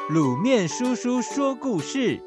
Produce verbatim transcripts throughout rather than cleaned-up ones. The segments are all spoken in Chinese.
卤面叔叔说故事。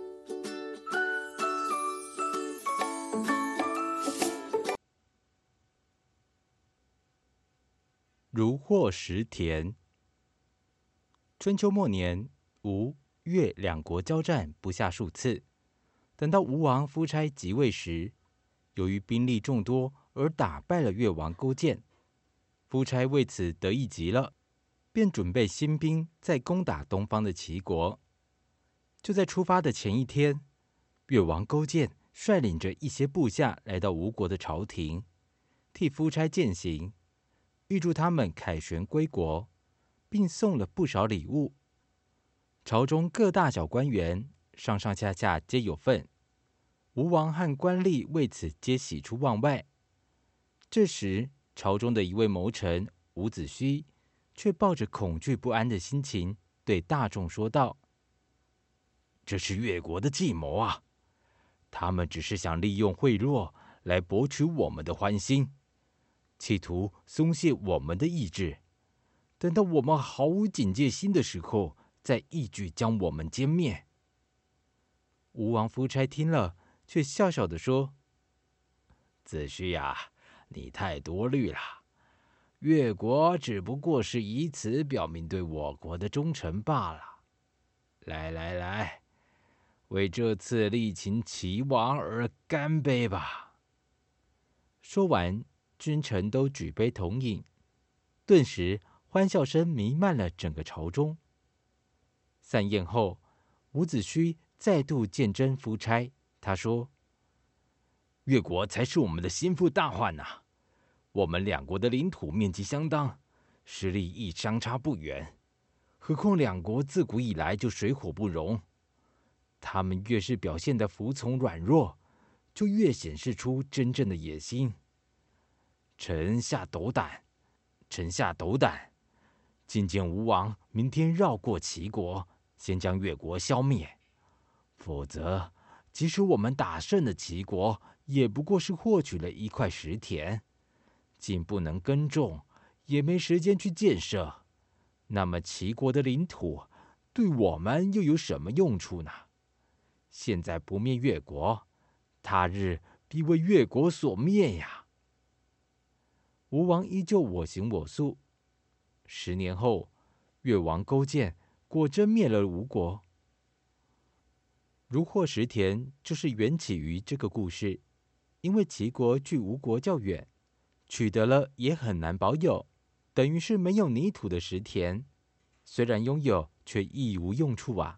如获石田。春秋末年，吴、越两国交战不下数次。等到吴王夫差即位时，由于兵力众多而打败了越王勾践，夫差为此得意极了，便准备新兵再攻打东方的齐国。就在出发的前一天，越王勾践率领着一些部下来到吴国的朝廷，替夫差饯行，预祝他们凯旋归国，并送了不少礼物。朝中各大小官员上上下下皆有份，吴王和官吏为此皆喜出望外。这时，朝中的一位谋臣伍子胥却抱着恐惧不安的心情，对大众说道：“这是越国的计谋啊！他们只是想利用贿赂来博取我们的欢心，企图松懈我们的意志，等到我们毫无警戒心的时候，再一举将我们歼灭。”吴王夫差听了，却笑笑地说：“子胥呀，你太多虑了。越国只不过是以此表明对我国的忠诚罢了。来来来，为这次力擒齐王而干杯吧！”说完，君臣都举杯同饮，顿时欢笑声弥漫了整个朝中。散宴后，伍子胥再度见真夫差，他说：“越国才是我们的心腹大患啊！我们两国的领土面积相当，实力亦相差不远。何况两国自古以来就水火不容，他们越是表现得服从软弱，就越显示出真正的野心。臣下斗胆，臣下斗胆，觐见吴王，明天绕过齐国，先将越国消灭。否则，即使我们打胜了齐国，也不过是获取了一块石田，既不能耕种，也没时间去建设。那么齐国的领土对我们又有什么用处呢？现在不灭越国，他日必为越国所灭呀！”吴王依旧我行我素。十年后，越王勾践果真灭了吴国。如获石田就是缘起于这个故事，因为齐国距吴国较远，取得了也很难保有，等于是没有泥土的石田，虽然拥有，却亦无用处啊。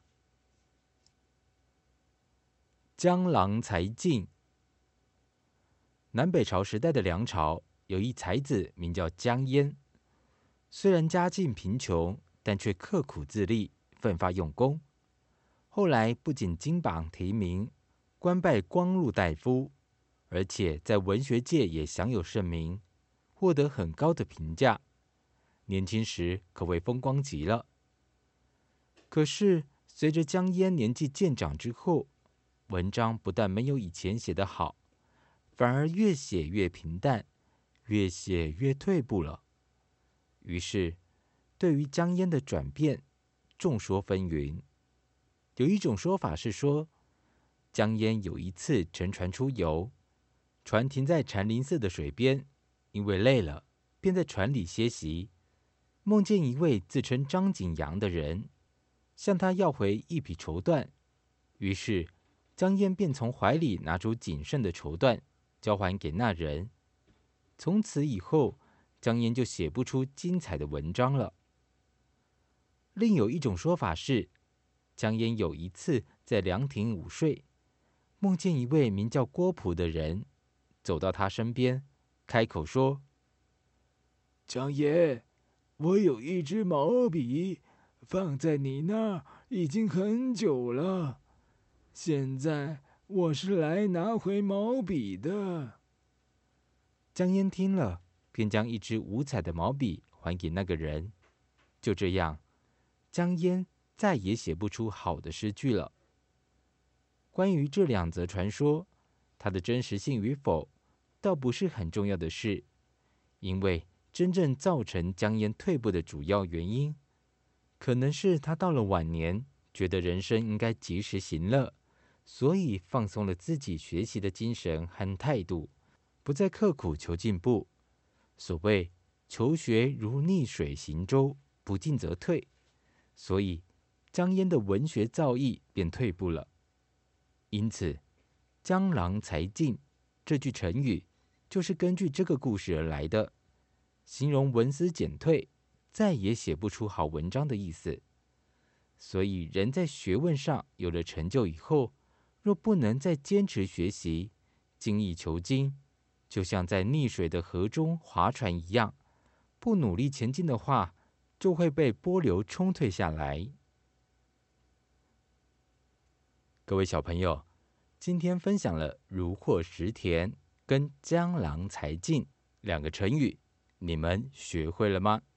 江郎才尽。南北朝时代的梁朝有一才子名叫江淹，虽然家境贫穷，但却刻苦自立，奋发用功。后来不仅金榜题名，官拜光禄大夫，而且在文学界也享有盛名，获得很高的评价。年轻时可谓风光极了。可是随着江淹年纪渐长之后，文章不但没有以前写得好，反而越写越平淡，越写越退步了。于是，对于江淹的转变，众说纷纭。有一种说法是说，江淹有一次乘船出游，船停在禅林寺的水边，因为累了，便在船里歇息，梦见一位自称张景阳的人，向他要回一匹绸缎。于是，江淹便从怀里拿出仅剩的绸缎，交还给那人。从此以后，江淹就写不出精彩的文章了。另有一种说法是，江淹有一次在凉亭午睡，梦见一位名叫郭璞的人，走到他身边，开口说：“ 江淹，我有一支毛笔，放在你那儿已经很久了，现在我是来拿回毛笔的。” 江淹听了，便将一支五彩的毛笔还给那个人。就这样，江淹再也写不出好的诗句了。关于这两则传说，它的真实性与否，倒不是很重要的事，因为真正造成江淹退步的主要原因，可能是他到了晚年觉得人生应该及时行乐，所以放松了自己学习的精神和态度，不再刻苦求进步。所谓求学如逆水行舟，不进则退，所以江淹的文学造诣便退步了。因此江郎才尽这句成语就是根据这个故事而来的，形容文思减退，再也写不出好文章的意思。所以人在学问上有了成就以后，若不能再坚持学习，精益求精，就像在溺水的河中划船一样，不努力前进的话，就会被波流冲退下来。各位小朋友，今天分享了如获石田跟江郎才尽两个成语，你们学会了吗？